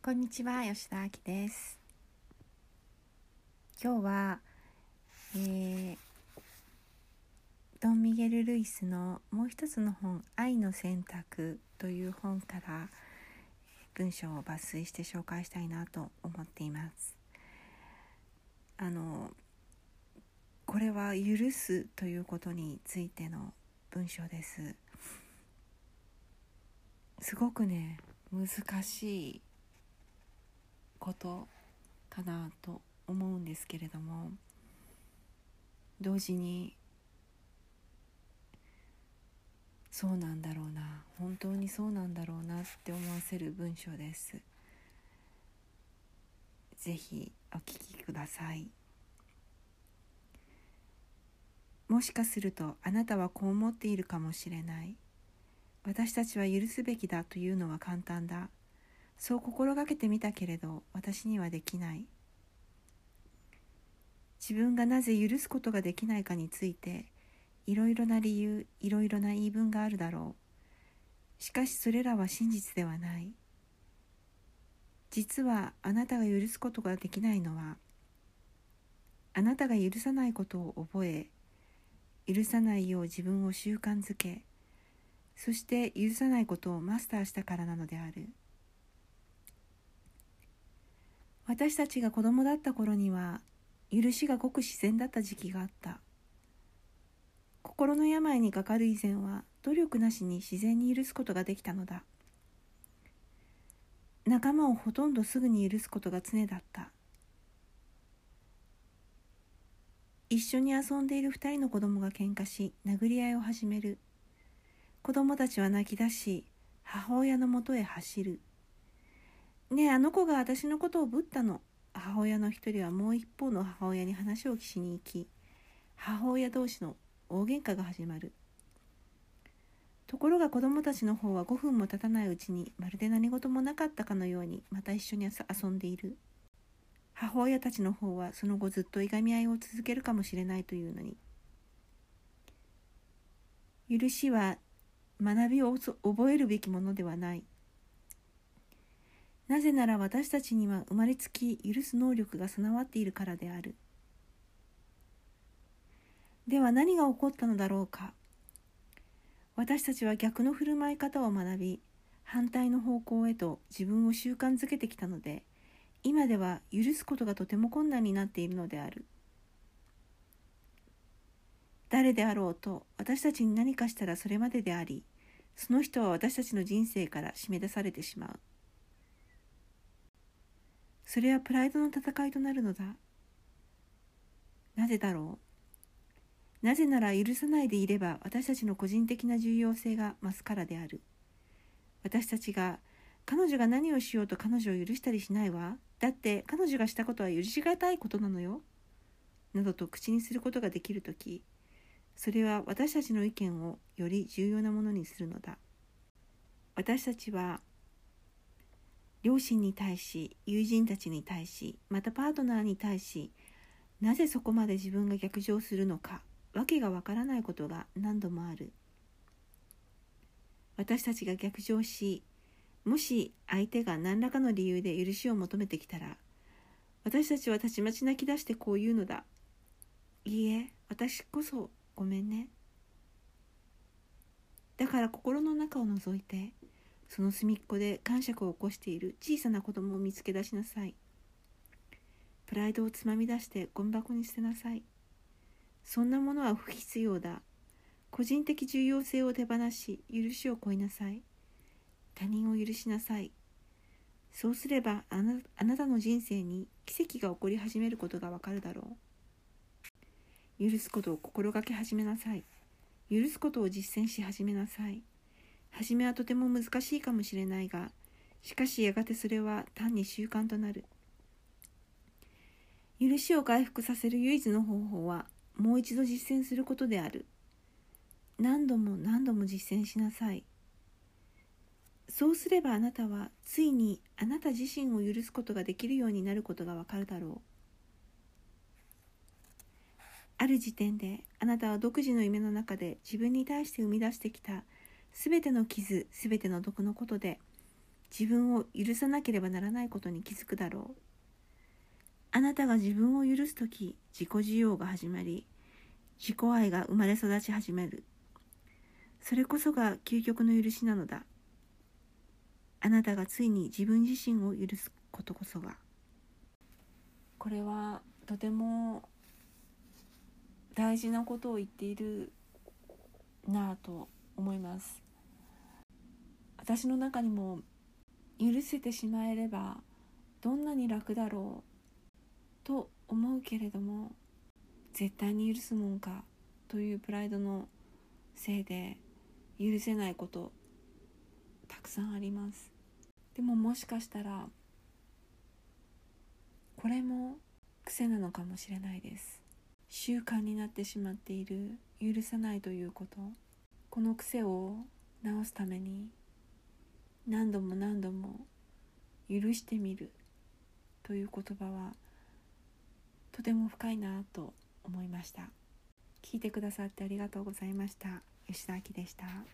こんにちは、吉田明です。今日は、ドン・ミゲル・ルイスのもう一つの本、愛の選択という本から文章を抜粋して紹介したいなと思っています。これは許すということについての文章です。すごくね、難しいことかなと思うんですけれども、同時にそうなんだろうな、本当にそうなんだろうなって思わせる文章です。ぜひお聞きください。もしかするとあなたはこう思っているかもしれない。私たちは許すべきだというのは簡単だ。そう心がけてみたけれど私にはできない。自分がなぜ許すことができないかについていろいろな理由、いろいろな言い分があるだろう。しかしそれらは真実ではない。実はあなたが許すことができないのは、あなたが許さないことを覚え、許さないよう自分を習慣づけ、そして許さないことをマスターしたからなのである。私たちが子供だった頃には、許しがごく自然だった時期があった。心の病にかかる以前は、努力なしに自然に許すことができたのだ。仲間をほとんどすぐに許すことが常だった。一緒に遊んでいる2人の子供が喧嘩し、殴り合いを始める。子供たちは泣き出し、母親のもとへ走る。ねえ、あの子が私のことをぶったの。母親の一人はもう一方の母親に話をしに行き、母親同士の大喧嘩が始まる。ところが子供たちの方は5分も経たないうちに、まるで何事もなかったかのようにまた一緒に遊んでいる。母親たちの方はその後ずっといがみ合いを続けるかもしれないというのに。許しは学びを覚えるべきものではない。なぜなら私たちには生まれつき許す能力が備わっているからである。では何が起こったのだろうか。私たちは逆の振る舞い方を学び、反対の方向へと自分を習慣づけてきたので、今では許すことがとても困難になっているのである。誰であろうと私たちに何かしたらそれまでであり、その人は私たちの人生から締め出されてしまう。それはプライドの戦いとなるのだ。なぜだろう。なぜなら許さないでいれば私たちの個人的な重要性が増すからである。私たちが彼女が何をしようと彼女を許したりしないわ。だって彼女がしたことは許しがたいことなのよ。などと口にすることができるとき、それは私たちの意見をより重要なものにするのだ。私たちは両親に対し、友人たちに対し、またパートナーに対し、なぜそこまで自分が逆上するのか、わけがわからないことが何度もある。私たちが逆上し、もし相手が何らかの理由で許しを求めてきたら、私たちはたちまち泣き出してこう言うのだ。いいえ、私こそごめんね。だから心の中を覗いて、その隅っこで癇癪を起こしている小さな子供を見つけ出しなさい。プライドをつまみ出してゴミ箱に捨てなさい。そんなものは不必要だ。個人的重要性を手放し、許しを請いなさい。他人を許しなさい。そうすればあなたの人生に奇跡が起こり始めることがわかるだろう。許すことを心がけ始めなさい。許すことを実践し始めなさい。はじめはとても難しいかもしれないが、しかしやがてそれは単に習慣となる。許しを回復させる唯一の方法は、もう一度実践することである。何度も何度も実践しなさい。そうすればあなたはついにあなた自身を許すことができるようになることがわかるだろう。ある時点であなたは独自の夢の中で自分に対して生み出してきたすべての傷、すべての毒のことで自分を許さなければならないことに気づくだろう。あなたが自分を許すとき、自己需要が始まり、自己愛が生まれ育ち始める。それこそが究極の許しなのだ。あなたがついに自分自身を許すことこそが。これはとても大事なことを言っているなぁと思います。私の中にも許せてしまえればどんなに楽だろうと思うけれども、絶対に許すもんかというプライドのせいで許せないことたくさんあります。でももしかしたらこれも癖なのかもしれないです。習慣になってしまっている許さないということ、この癖を直すために何度も何度も許してみるという言葉はとても深いなと思いました。聞いてくださってありがとうございました。吉田明でした。